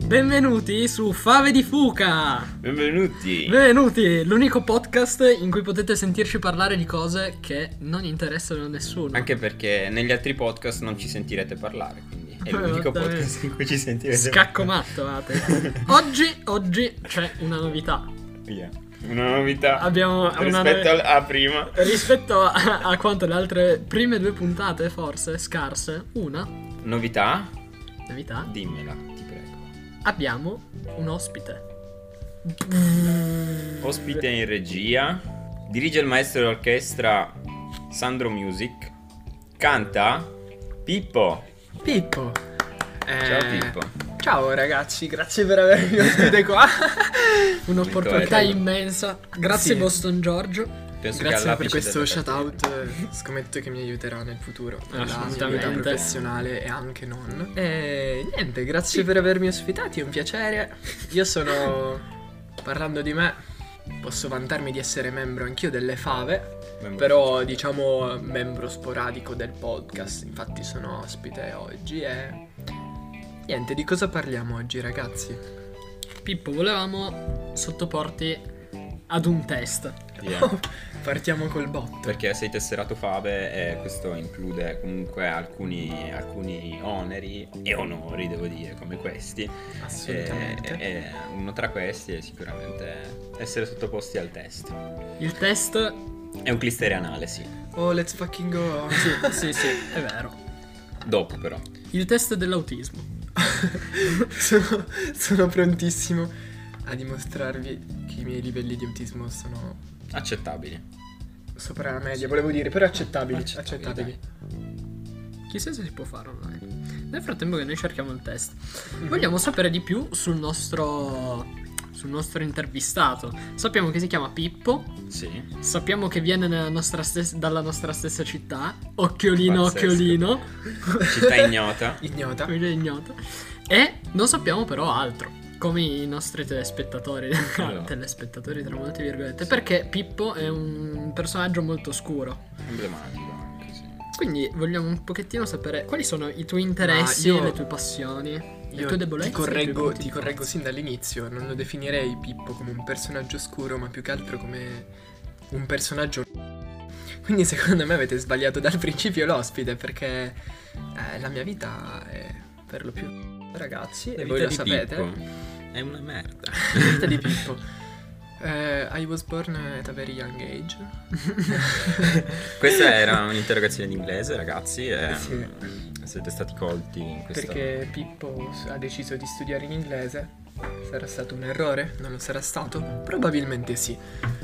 Benvenuti su Fave di Fuca. Benvenuti, l'unico podcast in cui potete sentirci parlare di cose che non interessano a nessuno. anche perché negli altri podcast non ci sentirete parlare, quindi è l'unico podcast in cui ci sentirete Scacco matto, Oggi c'è una novità. Via. Una novità Abbiamo rispetto a prima. Rispetto a quanto le altre prime due puntate, forse scarse, una Novità? Dimmela, ti prego. Abbiamo un ospite. Ospite in regia. Dirige il maestro d'orchestra Sandro Music. Canta Pippo. Pippo. Ciao Pippo. Ciao ragazzi, grazie per avermi ospite qua. Un'opportunità immensa. Grazie Sì. Boston Giorgio. Penso Grazie che per questo della shout carriera. out. Scommetto che mi aiuterà nel futuro, nella mia Assolutamente. vita professionale e anche non. E niente, grazie per avermi ospitati, è un piacere. Io sono, parlando di me, posso vantarmi di essere membro anch'io delle Fave, però diciamo membro sporadico del podcast. Infatti sono ospite oggi e niente, di cosa parliamo oggi ragazzi? Pippo, volevamo sottoporti ad un test. Yeah. Partiamo col botto. Perché sei tesserato Fave e questo include comunque alcuni oneri e onori, devo dire, come questi. Assolutamente. E uno tra questi è sicuramente essere sottoposti al test. Il test. È un clister anale, sì. Oh, let's fucking go. Sì, è vero. Dopo però. Il test dell'autismo. sono prontissimo a dimostrarvi che i miei livelli di autismo sono Accettabili. sopra la media, volevo dire, però accettabili. Accettabili. Chissà se si può fare online. Nel frattempo che noi cerchiamo il test, vogliamo sapere di più sul nostro intervistato. Sappiamo che si chiama Pippo. Sì. Sappiamo che viene dalla nostra stessa città. Occhiolino, Pazzesco. occhiolino. Città ignota. Ignota. Quello è ignoto. E non sappiamo però altro, come i nostri telespettatori. Allora. Telespettatori tra molte virgolette. Perché Pippo è un personaggio molto oscuro. Emblematico anche, sì. Quindi vogliamo un pochettino sapere quali sono i tuoi interessi, io- le tue passioni, le Io tue debolezze. ti e i tuoi correggo, punti ti di correggo forza. sin dall'inizio. Non lo definirei Pippo come un personaggio oscuro, ma più che altro come un personaggio. Quindi secondo me avete sbagliato dal principio l'ospite, perché la mia vita è per lo più ragazzi, e voi lo sapete. Pippo è una merda. La vita di Pippo. I was born at a very young age. Questa era un'interrogazione in inglese, ragazzi. E Sì. siete stati colti in questa. Perché Pippo ha deciso di studiare in inglese. Sarà stato un errore? Non lo sarà stato? Probabilmente sì.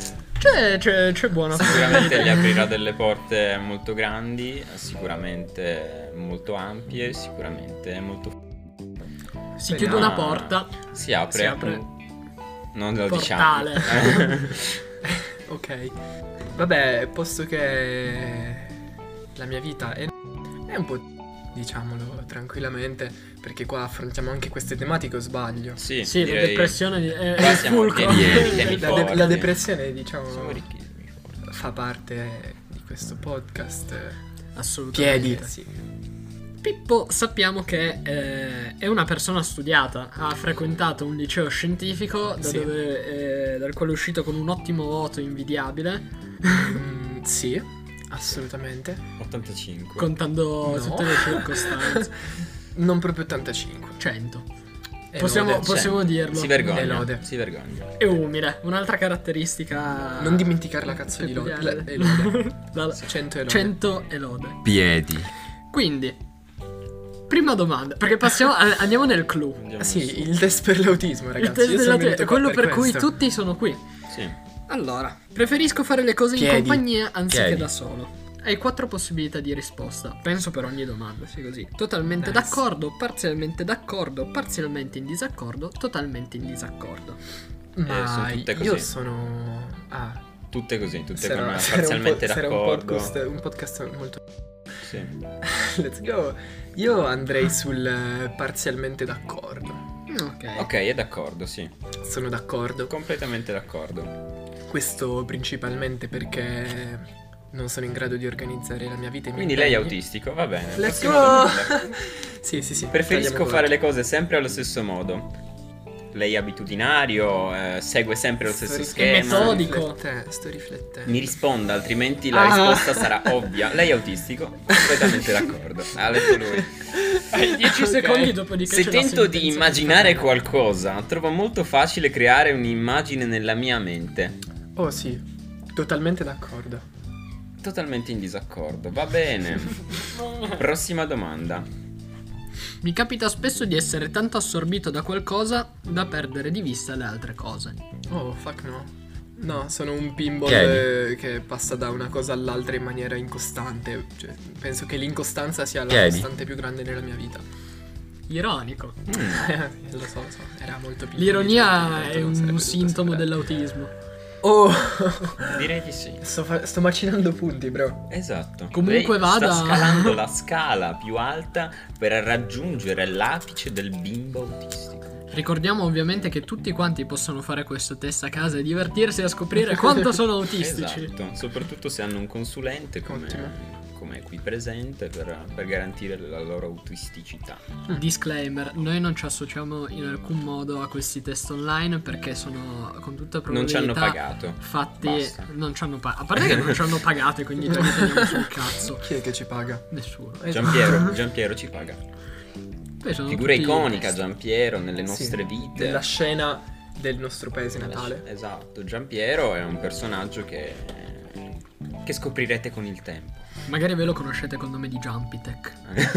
C'è buona Sicuramente gli aprirà delle porte molto grandi, sicuramente molto ampie, sicuramente molto. Si chiude una porta. Si apre. Si apre. Non lo Portale. diciamo. Ok. Vabbè, posto che la mia vita è un po', diciamolo tranquillamente, perché qua affrontiamo anche queste tematiche, o sbaglio? Sì, Sì, la direi. depressione è Qua il siamo fulcro. pieni di temi La forti. depressione, diciamo, Siamo ricchi di temi forti. fa parte di questo podcast. Assolutamente. Piedi, sì. Pippo sappiamo che è una persona studiata, ha frequentato un liceo scientifico Sì. dal quale è uscito con un ottimo voto invidiabile, Sì, assolutamente. 85. contando No. tutte le circostanze. Non proprio 85. 100. E Possiamo lode. dirlo. Si Le vergogna. lode. Si vergogna. È umile, un'altra caratteristica. Non dimenticare la cazzo di lode. peculiare. lode. 100 e lode. 100 e lode. Piedi. Quindi, prima domanda, perché andiamo nel clou. Sì, il test per l'autismo, Il ragazzi. test Io sono della venuto qua quello per cui questo. tutti sono qui. Sì. Allora, preferisco fare le cose in Piedi. compagnia anziché Piedi. da solo. Hai 4 possibilità di risposta. Penso per ogni domanda, sia così. Totalmente Nice. d'accordo, parzialmente in disaccordo, totalmente in disaccordo. Ma sono tutte così. io sono... Tutte così, tutte sarà- come sarà un parzialmente po'- sarà d'accordo. un podcast molto... Sì. Let's go. Io andrei sul parzialmente d'accordo. Ok. Ok, è d'accordo, sì. Sono d'accordo. Completamente d'accordo. Questo principalmente perché non sono in grado di organizzare la mia vita e i miei Quindi lei è impegni. autistico, va bene. Let's Prossima go! domanda. Sì. Preferisco tagliamo fare con le cose sempre allo stesso modo, Lei è abitudinario, segue sempre lo stesso schema. metodico. Sto riflettendo. Mi risponda, altrimenti la risposta sarà ovvia. Lei è autistico? Completamente d'accordo. Ha letto lui. 10 secondi dopodiché Se c'è la tento di sentenza immaginare che- qualcosa, trovo molto facile creare un'immagine nella mia mente. Oh sì, totalmente d'accordo. Totalmente in disaccordo. Va bene. Prossima domanda. Mi capita spesso di essere tanto assorbito da qualcosa da perdere di vista le altre cose. Oh, fuck no. No, sono un pinball Chiedi. che passa da una cosa all'altra in maniera incostante. Cioè, penso che l'incostanza sia la Chiedi. costante più grande nella mia vita. Ironico. Lo so, era molto piccolo. L'ironia è non un sarebbe dovuto sintomo sembrare. dell'autismo. Oh, Direi di sì. sto macinando punti, bro. Esatto. Comunque Lei vada. sta scalando la scala più alta per raggiungere l'apice del bimbo autistico. Ricordiamo ovviamente che tutti quanti possono fare questo test a casa e divertirsi a scoprire quanto sono autistici. Esatto, soprattutto se hanno un consulente come qui presente per garantire la loro autisticità. Disclaimer, noi non ci associamo in alcun modo a questi test online perché sono con tutta Non ci probabilità hanno pagato. fatti, Basta. non ci hanno pagato. A parte che non ci hanno pagato, quindi noi li teniamo sul cazzo. Chi è che ci paga? Nessuno. Giampiero ci paga. Poi sono Figura tutti iconica test. Giampiero nelle Sì, nostre vite. della scena del nostro paese natale. Esatto, Giampiero è un personaggio che scoprirete con il tempo. Magari ve lo conoscete col nome di Jumpitech.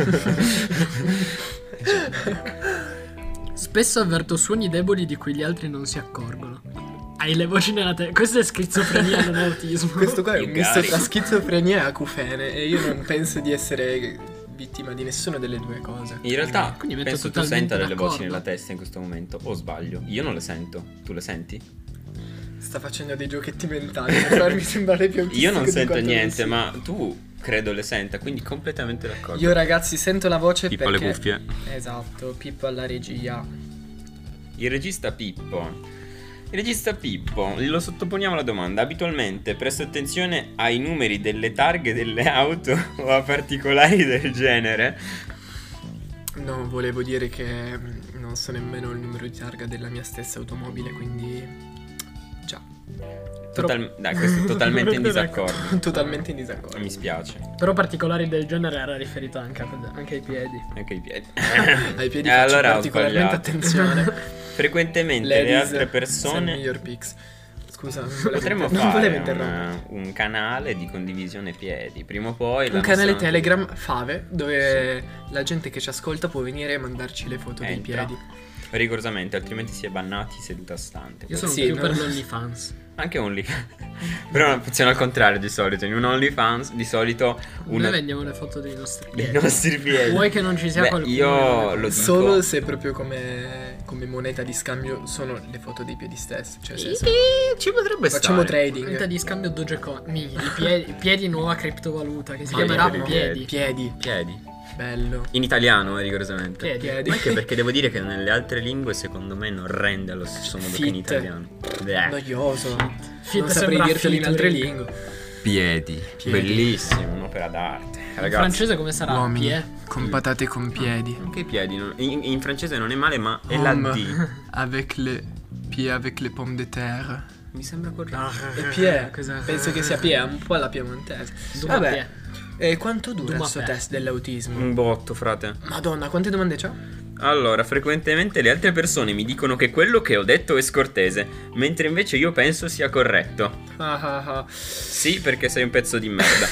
Spesso avverto suoni deboli di cui gli altri non si accorgono. Hai le voci nella testa. Questa è schizofrenia, non è autismo. Questo qua è un You misto got it. tra schizofrenia e acufene e io non penso di essere vittima di nessuna delle due cose. In realtà Quindi metto penso tu totalmente senta delle voci d'accordo. nella testa in questo momento. O sbaglio? Io non le sento. Tu le senti? Sta facendo dei giochetti mentali per farmi sembrare più autistico Io non di sento quanto non niente, sia. ma tu credo le senta, quindi completamente d'accordo. Io ragazzi sento la voce Pippo alle perché cuffie. Esatto, Pippo alla regia. Il regista Pippo. Il regista Pippo, lo sottoponiamo alla domanda. Abitualmente presta attenzione ai numeri delle targhe delle auto o a particolari del genere? No, volevo dire che non so nemmeno il numero di targa della mia stessa automobile, quindi già. Dai, questo è totalmente in disaccordo. Totalmente in disaccordo. Mi spiace. Però particolari del genere era riferito anche ai piedi. Anche i piedi. Ai piedi faccio allora ho particolarmente sbagliato. attenzione. Frequentemente le Ladies, altre Send me persone your pics. Scusa, potremmo non volevo fare interrompere. un canale di condivisione piedi. Prima o poi la Un canale nostra- Telegram Fave dove la gente che ci ascolta può venire e mandarci le foto dei Entra. piedi. Rigorosamente, altrimenti si è bannati seduta stante. Io sono Sì, più no. per l'OnlyFans. Anche OnlyFans. Però funziona al contrario di solito. In un OnlyFans di solito Noi vendiamo le foto dei nostri dei piedi. nostri piedi. Vuoi che non ci sia Beh, qualcuno? io lo dico. Solo se proprio come moneta di scambio sono le foto dei piedi stessi. Cioè, senso, Ci potrebbe facciamo stare. Moneta trading. di scambio Dogecoin. Piedi nuova criptovaluta che si Piedi chiamerà per i piedi. Piedi, Piedi. bello. In italiano, rigorosamente. Piedi. Anche perché devo dire che nelle altre lingue secondo me non rende allo stesso modo che in Fit. italiano. Bleh. Noioso. Fit Non saprei sembra dirtelo in altre featuring. lingue. Piedi. Piedi. Bellissimo, un'opera d'arte. In Ragazzi, francese come sarà? Uomini Pie? con patate con piedi. anche i piedi. In francese non è male, ma è Homme la D. avec les pieds avec les pommes de terre. Mi sembra corretto. E Pie, Cosa- penso che sia Pie, un po' alla piemontese. Duma Vabbè, Pie. e quanto dura Duma questo Pie. test dell'autismo? Un botto, frate. Madonna, quante domande c'ha? Allora, frequentemente le altre persone mi dicono che quello che ho detto è scortese, mentre invece io penso sia corretto. Ah, ah, ah. Sì, perché sei un pezzo di merda.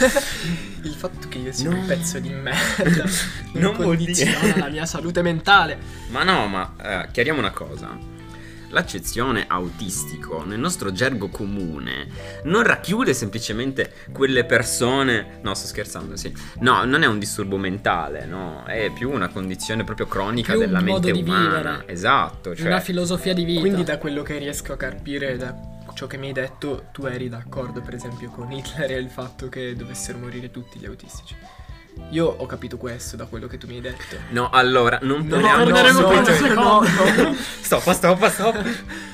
Il fatto che io sia No. un pezzo di merda Non vuol dire- condiziona la mia salute mentale. Ma no, ma chiariamo una cosa. L'accezione autistico nel nostro gergo comune non racchiude semplicemente quelle persone. No, sto scherzando, sì. No, non è un disturbo mentale, no. È più una condizione proprio cronica Più un della modo mente di umana. vivere. Esatto, cioè. Una filosofia di vita. Quindi da quello che riesco a capire da ciò che mi hai detto, tu eri d'accordo per esempio con Hitler e il fatto che dovessero morire tutti gli autistici. Io ho capito questo da quello che tu mi hai detto. No, allora, non No, parliamo torneremo subito. tra un secondo. no. Stop.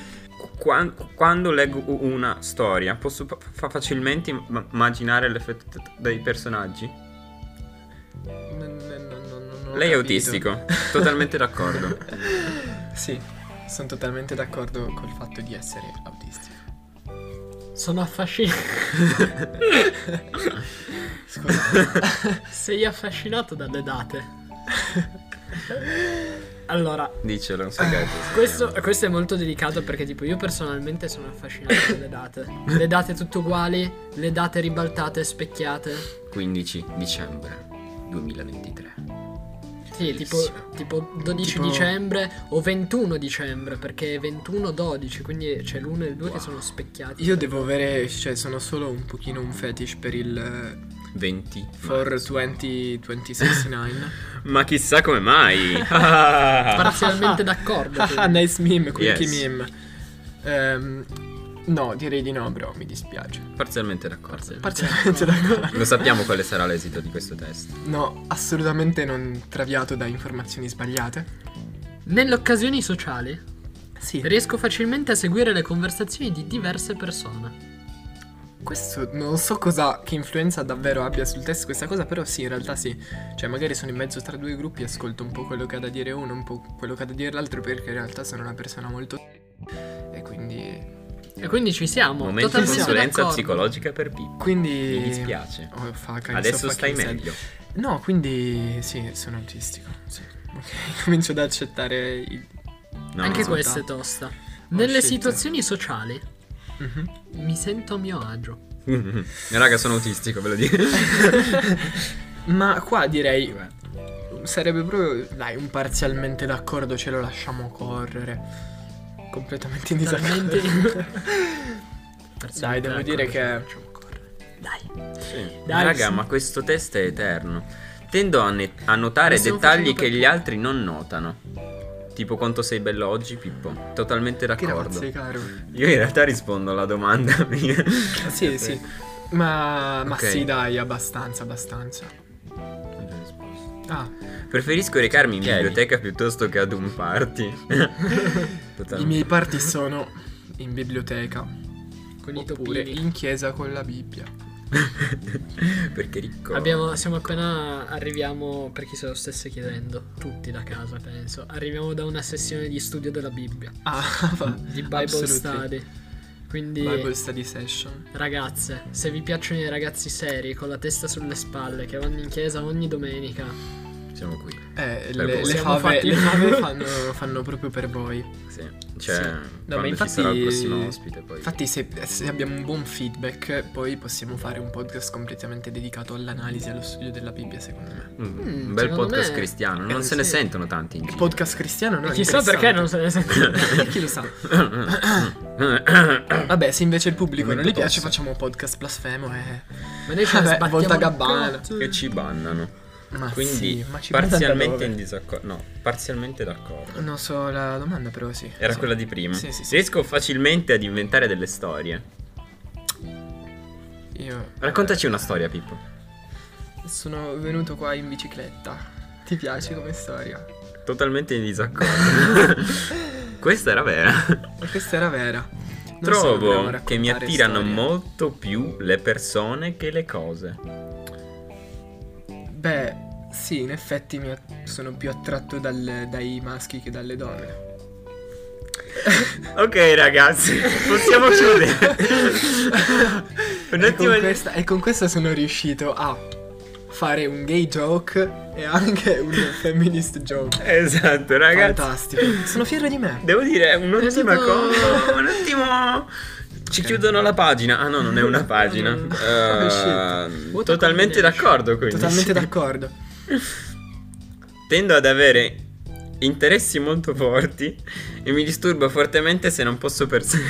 Quando leggo una storia, posso facilmente immaginare l'effetto dei personaggi? Non ho Lei è capito. autistico, totalmente d'accordo. Sì. Sono totalmente d'accordo col fatto di essere autistico. Sono affascinato. Scusa. Sei affascinato dalle date. Allora, Dicelo, un segreto. questo è molto delicato perché tipo io personalmente sono affascinato dalle date. Le date tutte uguali, le date ribaltate, specchiate. 15 dicembre 2023. Sì, tipo 12 Tipo- dicembre o 21 dicembre, perché è 21-12, quindi c'è l'1 e il 2 che sono specchiati. Io devo avere, cioè sono solo un pochino un fetish per il 20 for marzo. 2069. Ma chissà come mai. Parzialmente d'accordo. Ah, nice meme, quickie Yes. meme. No, direi di no, bro, mi dispiace. Parzialmente d'accordo. Parzialmente d'accordo. Lo sappiamo quale sarà l'esito di questo test. No, assolutamente non traviato da informazioni sbagliate. Nelle occasioni sociali Sì. riesco facilmente a seguire le conversazioni di diverse persone. Questo non so che influenza davvero abbia sul test questa cosa, però sì, in realtà sì. Cioè, magari sono in mezzo tra due gruppi e ascolto un po' quello che ha da dire uno, un po' quello che ha da dire l'altro, perché in realtà sono una persona molto... E quindi... E quindi ci siamo. Momento di totalmente consulenza d'accordo. psicologica per Pippo. Quindi... Mi dispiace. Oh, fuck, I'm Adesso so stai fucking sad. meglio. No, quindi sì, sono autistico. Sì. Ok, comincio ad accettare i... No, Anche no. questa è tosta. Nelle shit. situazioni sociali Mhm. mi sento a mio agio. Raga, sono autistico, ve lo dico. Ma qua direi sarebbe proprio, dai, un parzialmente d'accordo, ce lo lasciamo correre. Completamente in disaccordo. Dai, devo dire che... Dai. Sì. Dai, Raga, sì. ma questo test è eterno. Tendo a notare Lo stiamo dettagli facendo che per- gli altri non notano. Tipo quanto sei bello oggi, Pippo. Totalmente d'accordo. Grazie, caro. Io in realtà rispondo alla domanda mia. Sì, sì. Ma Ok. sì, dai, abbastanza. Ho già risposto. Ah, Preferisco recarmi in Ok. biblioteca piuttosto che ad un party. i Totalmente. miei party sono in biblioteca Con i oppure topini. in chiesa con la Bibbia. Perché ricco. Siamo appena arriviamo, per chi se lo stesse chiedendo, tutti da casa penso. Arriviamo da una sessione di studio della Bibbia, Ah, va. di Bible Absolutely. Study. Quindi Bible study session. ragazze, se vi piacciono i ragazzi seri con la testa sulle spalle che vanno in chiesa ogni domenica, Siamo qui. Le siamo fave, fatti- fanno proprio per voi. Sì. Cioè, Sì. No, quando ma ci infatti, sarà il prossimo ospite poi. Infatti se abbiamo un buon feedback, poi possiamo fare un podcast completamente dedicato all'analisi e allo studio della Bibbia, secondo me. Un bel secondo podcast me- cristiano. Non se ne sì. sentono tanti in Il giro. podcast cristiano, no? chissà perché non se ne sente. Chi lo sa? Vabbè, se invece il pubblico non Momento gli piace, tosse. facciamo un podcast blasfemo e... Ma noi ce ne Vabbè, sbattiamo volta il gabbana. cazzo. E ci bannano. Ma Quindi sì, ma ci guarda da parzialmente dove? in disaccordo. No, parzialmente d'accordo. Non so la domanda, però sì. Era Sì. quella di prima. Sì, sì, sì. Riesco facilmente ad inventare delle storie. Io Raccontaci una storia, Pippo. sono venuto qua in bicicletta. Ti piace come storia? Totalmente in disaccordo. Questa era vera. Ma questa era vera. Non so, dobbiamo Trovo che mi raccontare attirano storie. molto più le persone che le cose. Beh, sì, in effetti sono più attratto dai maschi che dalle donne. Ok, ragazzi, possiamo chiudere. Un attimo. E con questa sono riuscito a fare un gay joke e anche un feminist joke. Esatto, ragazzi. Fantastico. Sono fiero di me. Devo dire un'ultima Esatto. cosa. Un attimo. Ci chiudono la pagina. Ah no, non è una pagina. Oh, shit. Totalmente d'accordo, quindi. Totalmente d'accordo. Tendo ad avere interessi molto forti e mi disturba fortemente se non posso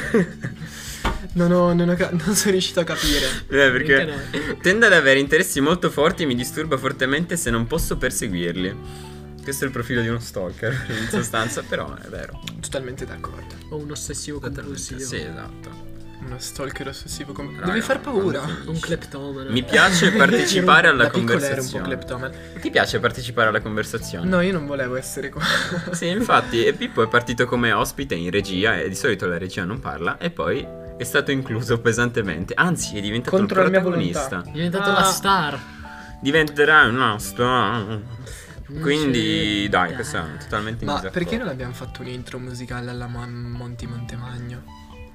Non sono riuscito a capire. perché Minchia tendo ad avere interessi molto forti e mi disturba fortemente se non posso perseguirli. Questo è il profilo di uno stalker, in sostanza, però è vero. Totalmente d'accordo. O un ossessivo compulsivo. Sì, esatto. Uno stalker ossessivo Raga, devi far paura. quando Un cleptomane. Mi piace partecipare alla Da piccolo ero un po' conversazione. kleptomane. Ti piace partecipare alla conversazione? No, io non volevo essere qua. Sì, infatti, e Pippo è partito come ospite in regia e di solito la regia non parla e poi è stato incluso pesantemente. Anzi, è diventato Contro il la mia protagonista. volontà. È diventato Ah. la star. Diventerà una star. Quindi dai, questo è totalmente in Ma disaccordo. perché non abbiamo fatto un intro musicale alla Monti Montemagno?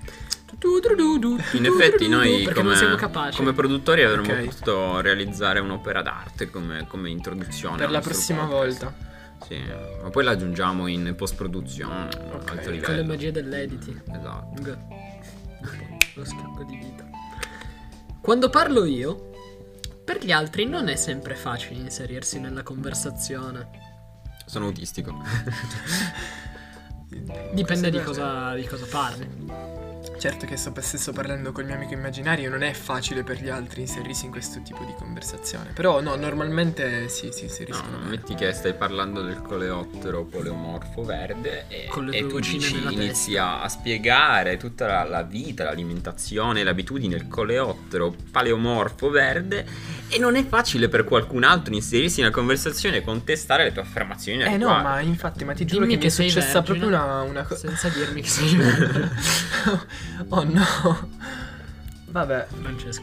In effetti noi perché non siamo capaci. come produttori avremmo Ok. potuto realizzare un'opera d'arte come introduzione Per al la nostro prossima podcast. volta. Sì, ma poi la aggiungiamo in post-produzione, Ok, alto Con le livello. magie dell'editing. Esatto. Lo scacco di dita. Quando parlo io, per gli altri non è sempre facile inserirsi nella conversazione. Sono autistico. Dipende di cosa parli. Certo che se sto parlando col mio amico immaginario non è facile per gli altri inserirsi in questo tipo di conversazione. Però no, normalmente si No, inseriscono bene. metti che stai parlando del coleottero poleomorfo verde Con le e tue tu vocine nella inizi a spiegare tutta la vita, l'alimentazione, l'abitudine del coleottero paleomorfo verde e non è facile per qualcun altro inserirsi nella conversazione e contestare le tue affermazioni. al No, riguardo. ma infatti, ma ti giuro Dimmi che mi è sei successa vergine, proprio una cosa. senza dirmi che sei vergine. Oh no. Vabbè. Francesco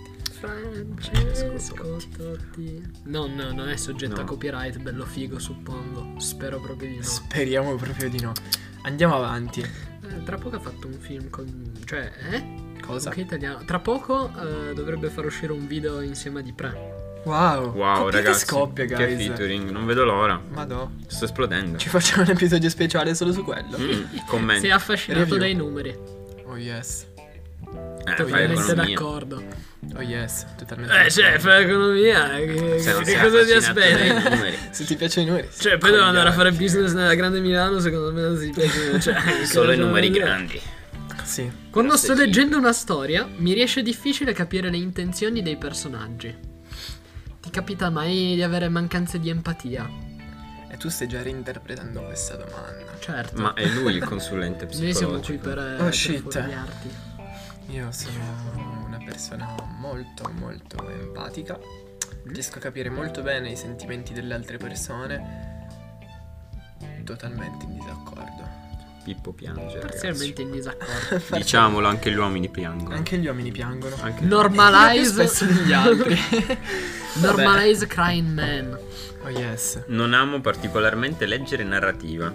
Totti. No, non è soggetto No. a copyright, bello figo, suppongo. Spero proprio di no. Speriamo proprio di no. Andiamo avanti. Tra poco ha fatto un film con... Cioè, Cosa? Che italiano. Tra poco dovrebbe far uscire un video insieme a Dipre. Wow. Wow, Coppia ragazzi, che scoppia, che guys. featuring, non vedo l'ora. Madò. Sto esplodendo. Ci facciamo un episodio speciale solo su quello. Commenti. Sei affascinato Review. dai numeri. Oh yes. Fai Totalmente economia. d'accordo. Oh yes. Totalmente. Cioè, fai economia. Se non Che sei cosa ti affascinato dai aspetti? numeri. Se ti piacciono i numeri. Cioè, poi devo andare a fare business nella grande Milano, secondo me non si piace. Cioè, Solo i cosa- numeri grandi. Sì. Quando sto Sì. leggendo una storia, mi riesce difficile capire le intenzioni dei personaggi. Ti capita mai di avere mancanze di empatia? E tu stai già reinterpretando questa domanda. Certo. Ma è lui il consulente noi siamo qui psicologico. per shit. fuorviarti. Io sono una persona molto molto empatica. Riesco a capire molto bene i sentimenti delle altre persone. Totalmente in disaccordo. Pippo piange, ragazzi. Parzialmente in disaccordo. Diciamolo, anche gli uomini piangono. Anche gli uomini piangono. Anche Io più Normalize spesso degli altri. Normalize crying man. Oh yes. Non amo particolarmente leggere narrativa.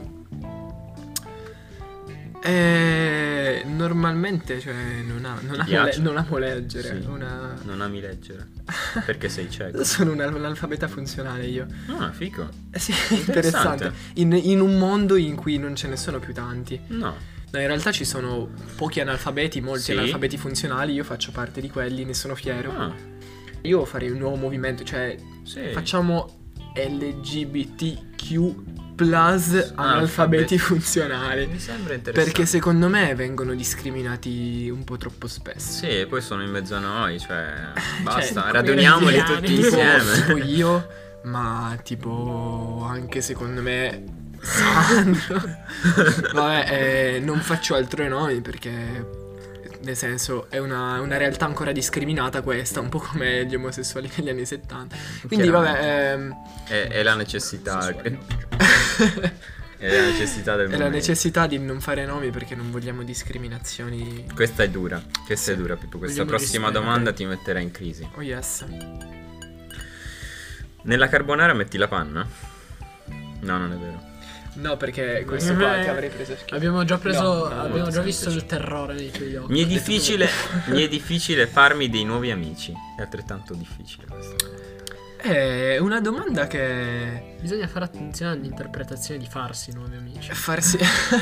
Normalmente, cioè, piace? non amo leggere. Sì. Non ami leggere. Perché sei cieco. Sono un analfabeta funzionale io. Ah, fico. Sì, Interessante. interessante. In un mondo in cui non ce ne sono più tanti. No. No, in realtà ci sono pochi analfabeti, molti Sì? analfabeti funzionali. Io faccio parte di quelli, ne sono fiero. Ah, Io farei un nuovo movimento, cioè sì. facciamo LGBTQ analfabeti funzionali. Mi sembra interessante. Perché secondo me vengono discriminati un po' troppo spesso. Sì, e poi sono in mezzo a noi, cioè basta, come raduniamoli gli tutti indiani. Tipo insieme. io, ma tipo anche secondo me Sandro. Vabbè, non faccio altro nomi perché nel senso è una realtà ancora discriminata questa, un po' come gli omosessuali negli anni 70. Quindi vabbè, È la necessità. È la necessità del è la momento. necessità di non fare nomi perché non vogliamo discriminazioni. Questa è dura. Questa è dura, Pippo. Questa Vogliamo prossima rispetto. domanda ti metterà in crisi. Oh yes. Nella carbonara metti la panna? No, non è vero. No, perché questo qua ti avrei preso schifo. Abbiamo già preso. No, abbiamo molto già visto semplice. il terrore nei tuoi occhi. Mi è difficile farmi dei nuovi amici. È altrettanto difficile questo. È una domanda che Bisogna fare attenzione all'interpretazione di farsi nuovi amici. farsi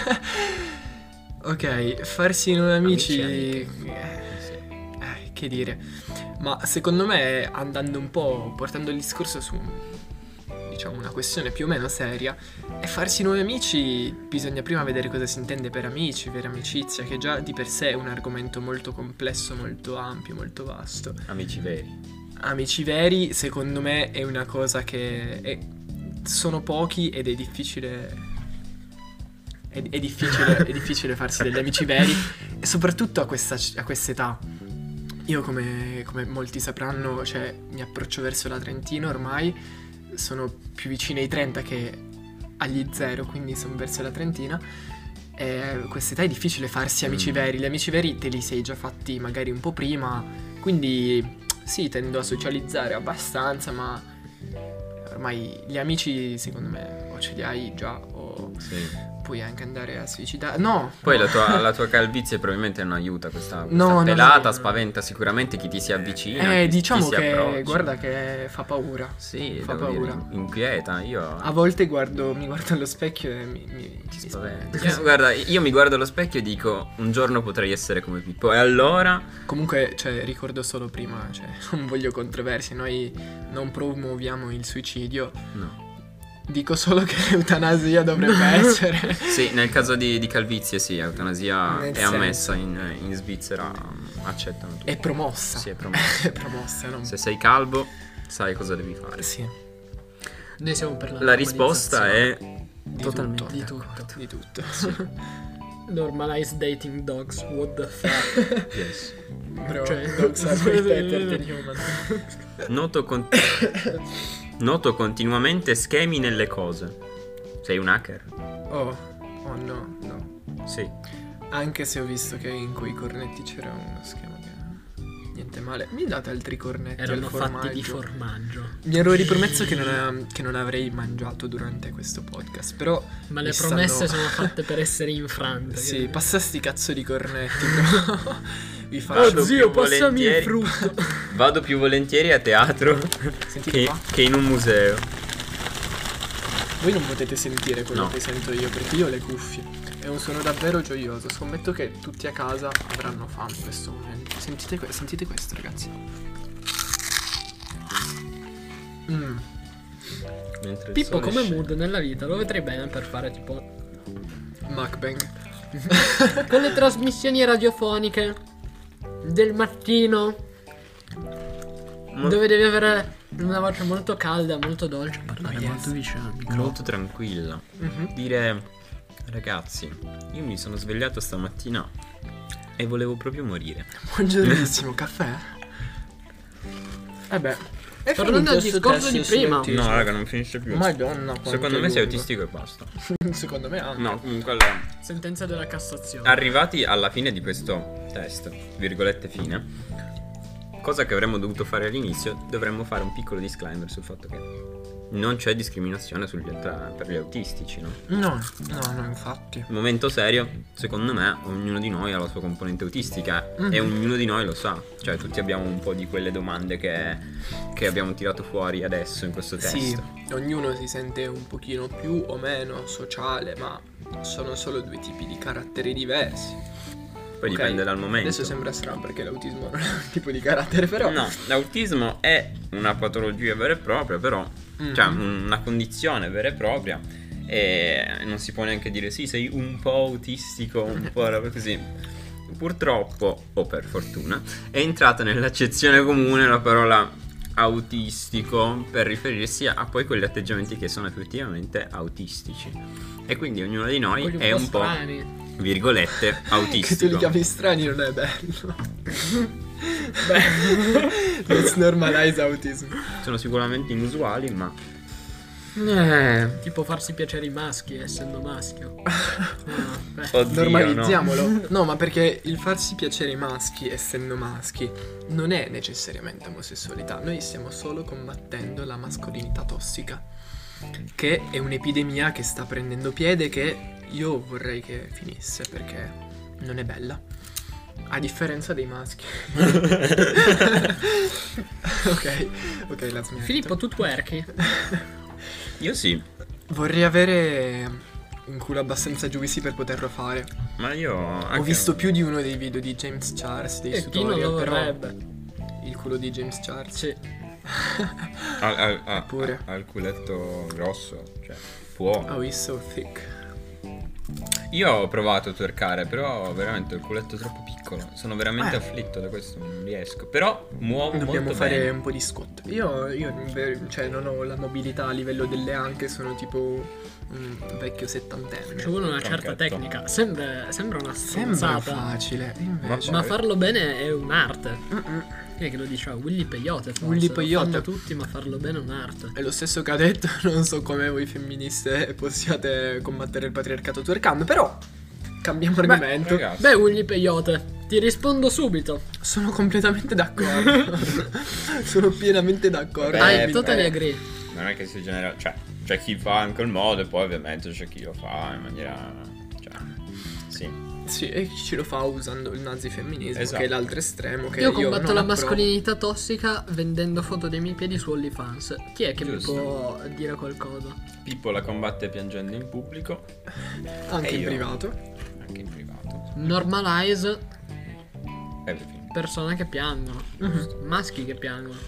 ok, farsi nuovi amici, Amici, che dire. Ma secondo me, andando un po', portando il discorso su diciamo una questione più o meno seria, e farsi nuovi amici bisogna prima vedere cosa si intende per amici, per amicizia, che già di per sé è un argomento molto complesso, molto ampio, molto vasto. Amici veri. Amici veri, secondo me, è una cosa che sono pochi ed è difficile. È difficile farsi degli amici veri, e soprattutto a questa età. Io, come molti sapranno, cioè, mi approccio verso la trentina ormai, sono più vicino ai 30 che agli 0, quindi sono verso la trentina. E quest'età è difficile farsi amici veri. Gli amici veri te li sei già fatti magari un po' prima, quindi sì, tendo a socializzare abbastanza, ma ormai gli amici secondo me o ce li hai già o puoi anche andare a suicidare. No. Poi la tua calvizie probabilmente non aiuta questa No, pelata, no. spaventa sicuramente chi ti si avvicina. Diciamo chi si che approccia. guarda che fa paura. Sì, fa devo dire, paura. inquieta. Io A volte mi guardo allo specchio e mi spavento. spavento. Guarda, io mi guardo allo specchio e dico un giorno potrei essere come Pippo. E allora Comunque, cioè, ricordo solo prima, cioè, non voglio controversie, noi non promuoviamo il suicidio. no. Dico solo che l'eutanasia dovrebbe essere. Sì, nel caso di calvizie sì, eutanasia Nel è ammessa in Svizzera, accettano tutti. È promossa. Sì, è promossa. È promossa, non... Se sei calvo, sai cosa devi fare. Sì. Noi siamo per la La risposta è Di totalmente tutto. Di d'accordo. tutto. Di tutto. Normalize dating dogs, what the fuck. Yes. Bro, Cioè- dogs are way better than human. Noto continuamente schemi nelle cose. Sei un hacker? Oh no. Sì. Anche se ho visto che in quei cornetti c'era uno schema che... Niente male. Mi date altri cornetti Erano al fatti di formaggio? formaggio. Mi ero ripromesso che non avrei mangiato durante questo podcast, però... Ma le mi promesse stanno- sono fatte per essere infrante. Sì, passa sti cazzo di cornetti, bro. Vi faccio... Oh zio, più passami il volentieri. frutto. Vado più volentieri a teatro Sentite qua. che in un museo. Voi non potete sentire quello No. che sento io, perché io ho le cuffie. È un suono davvero gioioso. Scommetto che tutti a casa avranno fame in questo momento. Sentite questo, ragazzi. Mentre il Pippo sole come scende. mood nella vita lo vedrei bene per fare tipo Mukbang. quelle trasmissioni radiofoniche del mattino dove devi avere una voce molto calda, molto dolce, parlare Yes. molto vicino al microfono. Molto tranquilla. Mhm. Dire, ragazzi, io mi sono svegliato stamattina e volevo proprio morire. Buongiornissimo, caffè? Beh. È Tornando al finito sto discorso test di prima. sull'autismo. No, raga, non finisce più. Madonna, quanto Secondo è me sei lungo. autistico e basta. Secondo me anche. No, comunque allora, Sentenza della Cassazione. arrivati alla fine di questo test, virgolette fine, cosa che avremmo dovuto fare all'inizio, dovremmo fare un piccolo disclaimer sul fatto che non c'è discriminazione per gli autistici, no? No, infatti. Momento serio, secondo me ognuno di noi ha la sua componente autistica e ognuno di noi lo sa. Cioè tutti abbiamo un po' di quelle domande che abbiamo tirato fuori adesso in questo test. Sì, ognuno si sente un pochino più o meno sociale, ma sono solo due tipi di caratteri diversi. Poi Ok, dipende dal momento. Adesso sembra strano perché l'autismo non è un tipo di carattere, però... No, l'autismo è una patologia vera e propria, però cioè una condizione vera e propria. E non si può neanche dire sì, sei un po' autistico, un po' roba così. Purtroppo, o per fortuna, è entrata nell'accezione comune la parola autistico per riferirsi a poi quegli atteggiamenti che sono effettivamente autistici. E quindi ognuno di noi Quelli è un po', strani. virgolette, Che tu autistico. li chiami strani non è bello. Let's normalize autism. Sono sicuramente inusuali, ma Tipo farsi piacere i maschi essendo maschio. Beh. oddio, Normalizziamolo. No, ma perché il farsi piacere i maschi, essendo maschi, non è necessariamente omosessualità. Noi stiamo solo combattendo la mascolinità tossica, che è un'epidemia che sta prendendo piede, che io vorrei che finisse perché non è bella. A differenza dei maschi. Ok, la smetto. Filippo, tu twerchi? Io sì, Vorrei avere un culo abbastanza juicy per poterlo fare. ma io anche Ho visto più di uno dei video di James Charles, dei E chi non tutorial, lo però vorrebbe? il culo di James Charles. Sì. Pure. al culetto grosso, cioè può. Oh, he's so thick. Io ho provato a twerkare, però veramente ho il culetto troppo piccolo. Sono veramente Eh. afflitto da questo, non riesco. Però muovo Dobbiamo molto fare bene. un po' di squat. Io cioè, non ho la mobilità a livello delle anche, sono tipo un vecchio settantenne. Ci vuole una certa Franchetto. tecnica. Sembra una Sembra stronzata. facile, invece. Ma farlo bene è un'arte. Mm-mm. Chi è che lo diceva? Willy Peyote forse. Willy Lo Peyote. fanno tutti, ma farlo bene è un'arte. È lo stesso che ha detto, non so come voi femministe possiate combattere il patriarcato twerkando, però cambiamo argomento. ragazzi. Beh, Willy Peyote, ti rispondo subito. Sono completamente d'accordo. Sono pienamente d'accordo. Vabbè, I totally agree. non è che si genera, cioè c'è chi fa in quel modo e poi ovviamente c'è chi lo fa in maniera, cioè, sì. Sì, e chi ce lo fa usando il nazifemminismo, Esatto. che è l'altro estremo che Io combatto non la approvo. mascolinità tossica vendendo foto dei miei piedi su OnlyFans. Chi è che Giusto. mi può dire qualcosa? Pippo la combatte piangendo in pubblico, Anche E in io? privato. anche in privato. Normalize Everything. persone che piangono, maschi che piangono.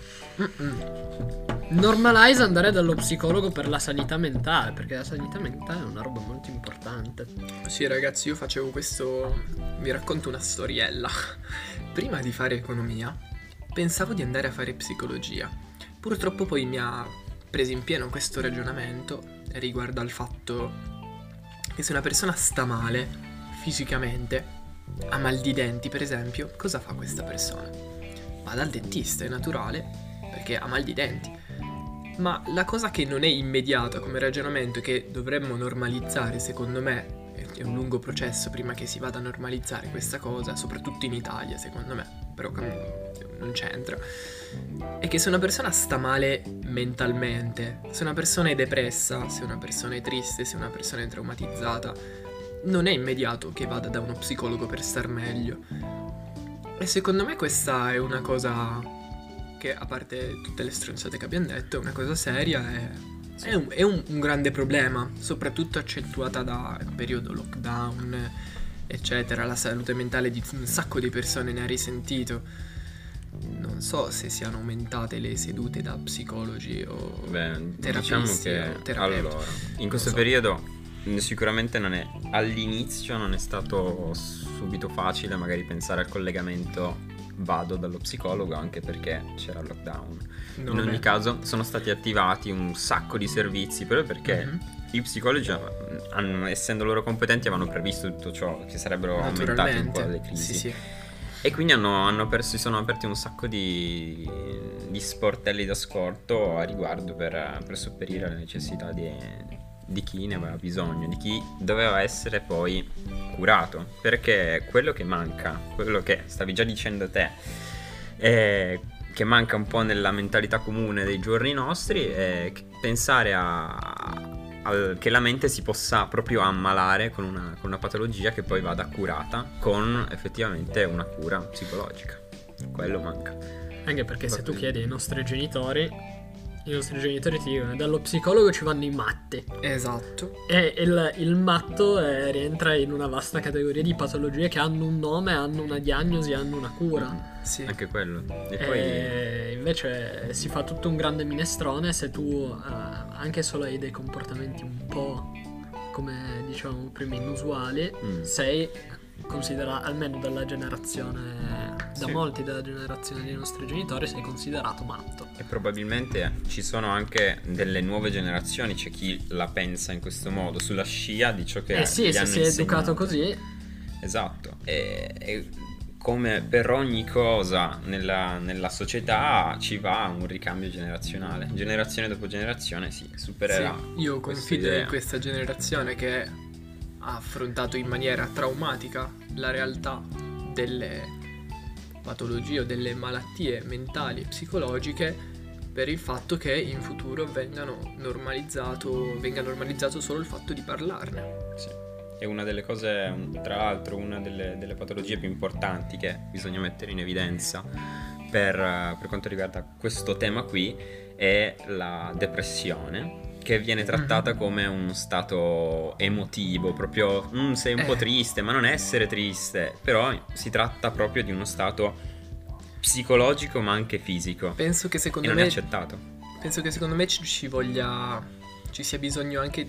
Normalize andare dallo psicologo per la sanità mentale, perché la sanità mentale è una roba molto importante. Sì, ragazzi, io facevo questo. Vi racconto una storiella. Prima di fare economia, pensavo di andare a fare psicologia. Purtroppo poi mi ha preso in pieno questo ragionamento riguardo al fatto che se una persona sta male fisicamente, ha mal di denti, per esempio, cosa fa questa persona? Va dal dentista, è naturale, perché ha mal di denti. Ma la cosa che non è immediata come ragionamento e che dovremmo normalizzare, secondo me, è un lungo processo prima che si vada a normalizzare questa cosa, soprattutto in Italia, secondo me, però non c'entra, è che se una persona sta male mentalmente, se una persona è depressa, se una persona è triste, se una persona è traumatizzata, non è immediato che vada da uno psicologo per star meglio. E secondo me questa è una cosa che, a parte tutte le stronzate che abbiamo detto, è una cosa seria e è un grande problema, soprattutto accentuata dal periodo lockdown, eccetera. La salute mentale di un sacco di persone ne ha risentito. Non so se siano aumentate le sedute da psicologi o Beh, terapisti diciamo che o terapeuti. allora, in questo so. periodo sicuramente non è, all'inizio non è stato subito facile magari pensare al collegamento vado dallo psicologo, anche perché c'era il lockdown. No, In ogni beh. caso sono stati attivati un sacco di servizi proprio perché Mhm. i psicologi, essendo loro competenti, avevano previsto tutto ciò, che sarebbero aumentate un po' le crisi. Sì, sì. E quindi si sono aperti un sacco di sportelli d'ascolto a riguardo per sopperire alle necessità di chi ne aveva bisogno, di chi doveva essere poi curato. Perché quello che manca, quello che stavi già dicendo te, che manca un po' nella mentalità comune dei giorni nostri, è pensare che la mente si possa proprio ammalare con una patologia che poi vada curata con effettivamente una cura psicologica. Quello manca. Anche perché se tu chiedi ai nostri genitori ti dicono dallo psicologo ci vanno i matti. Esatto. E il matto rientra in una vasta categoria di patologie che hanno un nome, hanno una diagnosi, hanno una cura. Sì. Anche quello. E E poi invece si fa tutto un grande minestrone se tu anche solo hai dei comportamenti un po', come dicevamo prima, inusuali, sei considerato, almeno dalla generazione, da Sì. molti della generazione dei nostri genitori, sei considerato matto. E probabilmente ci sono anche delle nuove generazioni, c'è chi la pensa in questo modo, sulla scia di ciò che Sì, gli se hanno si è educato insegnato. così. Esatto. E come per ogni cosa nella società ci va un ricambio generazionale. Generazione dopo generazione si supererà. Sì, io questa confido idea. in questa generazione che ha affrontato in maniera traumatica la realtà delle patologie o delle malattie mentali e psicologiche, per il fatto che in futuro venga normalizzato solo il fatto di parlarne. Sì. E una delle cose, tra l'altro, una delle patologie più importanti che bisogna mettere in evidenza per quanto riguarda questo tema qui è la depressione, che viene trattata come uno stato emotivo, proprio sei un po' triste, ma non essere triste, però si tratta proprio di uno stato psicologico ma anche fisico. Penso che E secondo non è me accettato. Penso che secondo me ci sia bisogno anche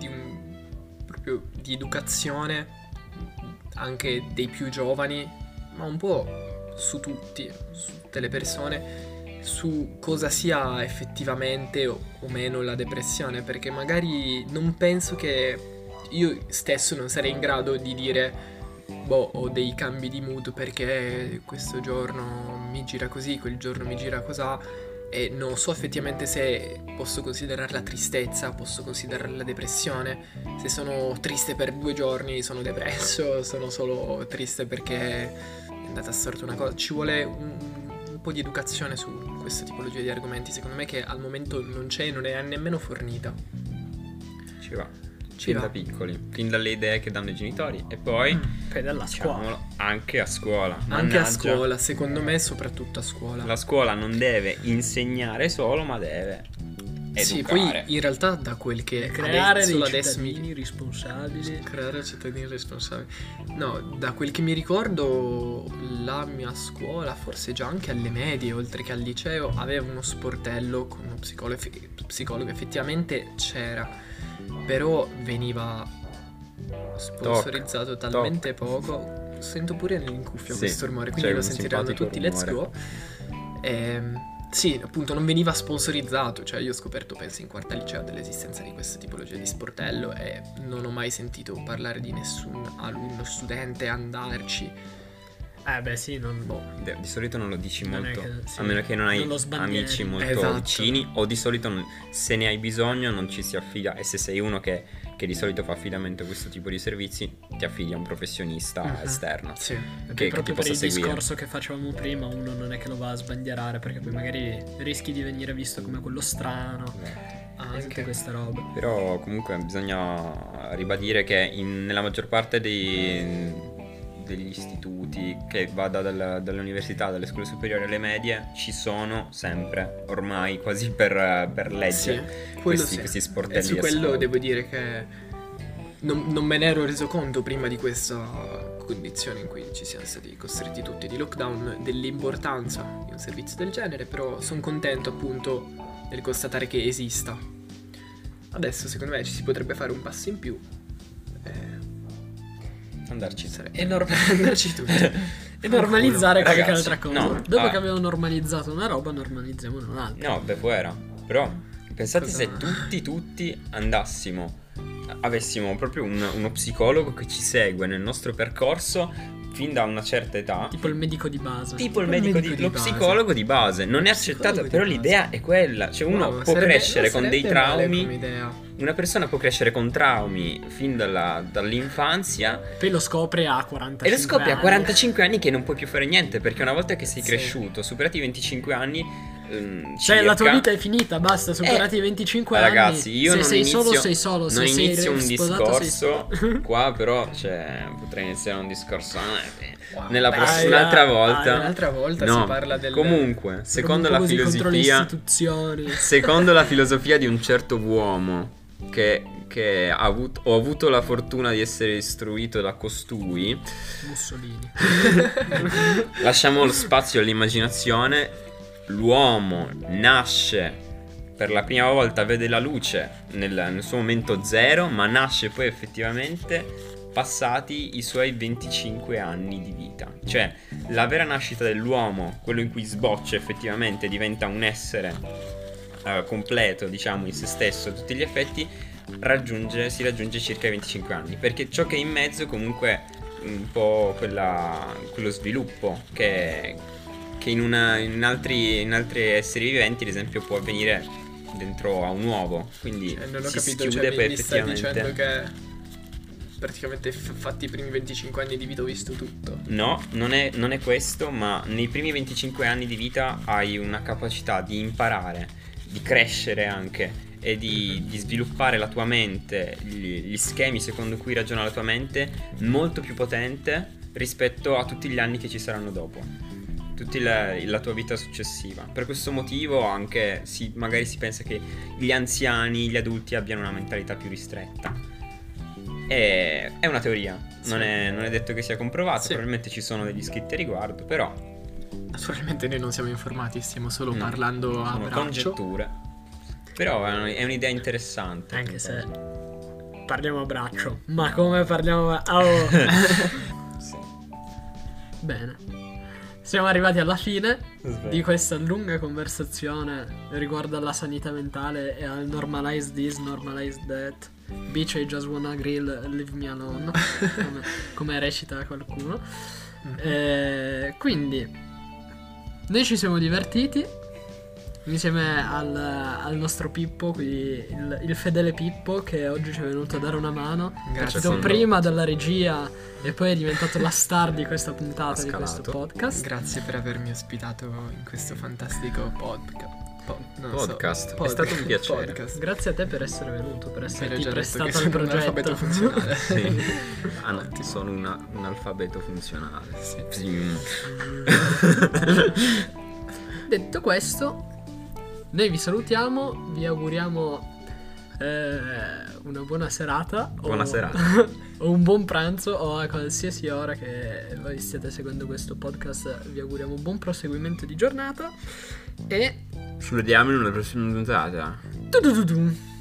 proprio di educazione, anche dei più giovani, ma un po' su tutte le persone, su cosa sia effettivamente o meno la depressione, perché magari non penso che io stesso non sarei in grado di dire ho dei cambi di mood perché questo giorno mi gira così, quel giorno mi gira cosà, e non so effettivamente se posso considerarla tristezza, posso considerarla depressione. Se sono triste per 2 giorni sono depresso, sono solo triste perché è andata storta una cosa. Ci vuole un po' di educazione su questa tipologia di argomenti, secondo me, che al momento non c'è e non è nemmeno fornita. Ci va. Fin da piccoli, fin dalle idee che danno i genitori e poi dalla scuola. Anche a scuola. Anche a scuola, secondo me, soprattutto a scuola. La scuola non deve insegnare solo, ma deve educare. Sì, poi in realtà da quel che creare dei cittadini responsabili. Creare cittadini responsabili. No, da quel che mi ricordo, la mia scuola, forse già anche alle medie, oltre che al liceo, aveva uno sportello con uno psicologo, effettivamente c'era. Però veniva sponsorizzato talmente poco. Sento pure nell'incuffia questo rumore, quindi lo sentiranno tutti. Let's go. Sì, appunto, non veniva sponsorizzato. Cioè, io ho scoperto, penso, in quarta liceo dell'esistenza di questa tipologia di sportello e non ho mai sentito parlare di nessun alunno, studente andarci. Beh sì, di solito non lo dici molto, sì, a meno che non hai amici molto vicini, o di solito se ne hai bisogno non ci si affida, e se sei uno che di solito fa affidamento a questo tipo di servizi, ti affidi a un professionista esterno, sì, che proprio per il discorso che facevamo prima, uno non è che lo va a sbandierare, perché poi magari rischi di venire visto come quello strano. Anche queste robe. Però comunque bisogna ribadire che nella maggior parte degli istituti, che vada dalle università, dalle scuole superiori alle medie, ci sono sempre, ormai quasi per legge, questi sportelli. E su quello devo dire che non me ne ero reso conto prima di questa condizione in cui ci siamo stati costretti tutti di lockdown, dell'importanza di un servizio del genere, però sono contento appunto nel constatare che esista. Adesso secondo me ci si potrebbe fare un passo in più. Andarci tutti e normalizzare qualche ragazzi, altra cosa. Dopo che abbiamo normalizzato una roba, normalizziamo un'altra. No, fuera. Però pensate se tutti avessimo proprio uno psicologo che ci segue nel nostro percorso fin da una certa età, tipo il medico di base, lo psicologo di base. Non è accettato, però l'idea è quella. Cioè uno può crescere con dei traumi. Una persona può crescere con traumi fin dall'infanzia, poi lo scopre a 45 e lo scopre a 45 anni che non puoi più fare niente, perché una volta che sei cresciuto, superati i 25 anni, cioè la tua vita è finita, basta, superati i 25 anni. Ragazzi, io se non sei inizio, solo sei solo, se non sei inizio un sposato, discorso qua, però potrei iniziare un discorso nella prossima un'altra volta si parla del comunque, secondo la filosofia di un certo uomo che ho avuto la fortuna di essere istruito da costui, Mussolini. Lasciamo lo spazio all'immaginazione. L'uomo nasce per la prima volta, vede la luce nel suo momento zero, ma nasce poi effettivamente passati i suoi 25 anni di vita. Cioè la vera nascita dell'uomo, quello in cui sboccia effettivamente, diventa un essere completo, diciamo, in se stesso a tutti gli effetti, si raggiunge circa i 25 anni, perché ciò che è in mezzo comunque un po' quello sviluppo che in altri esseri viventi, ad esempio, può avvenire dentro a un uovo, quindi non ho si capito, chiude, poi mi effettivamente stai dicendo che praticamente fatti i primi 25 anni di vita ho visto tutto. No, non è questo, ma nei primi 25 anni di vita hai una capacità di imparare, di crescere anche, e di sviluppare la tua mente, gli schemi secondo cui ragiona la tua mente, molto più potente rispetto a tutti gli anni che ci saranno dopo, la tua vita successiva. Per questo motivo anche magari si pensa che gli anziani, gli adulti abbiano una mentalità più ristretta. È una teoria, sì. non è detto che sia comprovato, sì. Probabilmente ci sono degli scritti a riguardo, però naturalmente noi non siamo informati, stiamo solo parlando a braccio. Congetture. Però è un'idea interessante. Anche se parliamo a braccio. Ma come parliamo Sì. Bene. Siamo arrivati alla fine di questa lunga conversazione riguardo alla sanità mentale e al normalize this, normalize that. Bitch, I just wanna grill, leave me alone. come recita qualcuno. Quindi noi ci siamo divertiti. insieme al nostro Pippo, qui il fedele Pippo, che oggi ci è venuto a dare una mano. Grazie. Prima dalla regia e poi è diventato la star di questa puntata, di questo podcast. Grazie per avermi ospitato in questo fantastico podcast. È stato un piacere. Podcast. Grazie a te per essere venuto, per esserti Già detto che prestato al sono un alfabeto progetto. funzionale. Sì. Sono un alfabeto funzionale. Sì. Detto questo, noi vi salutiamo, vi auguriamo una buona serata. Buona serata. O un buon pranzo, o a qualsiasi ora che voi stiate seguendo questo podcast, vi auguriamo un buon proseguimento di giornata. E ci vediamo in una prossima puntata. tu.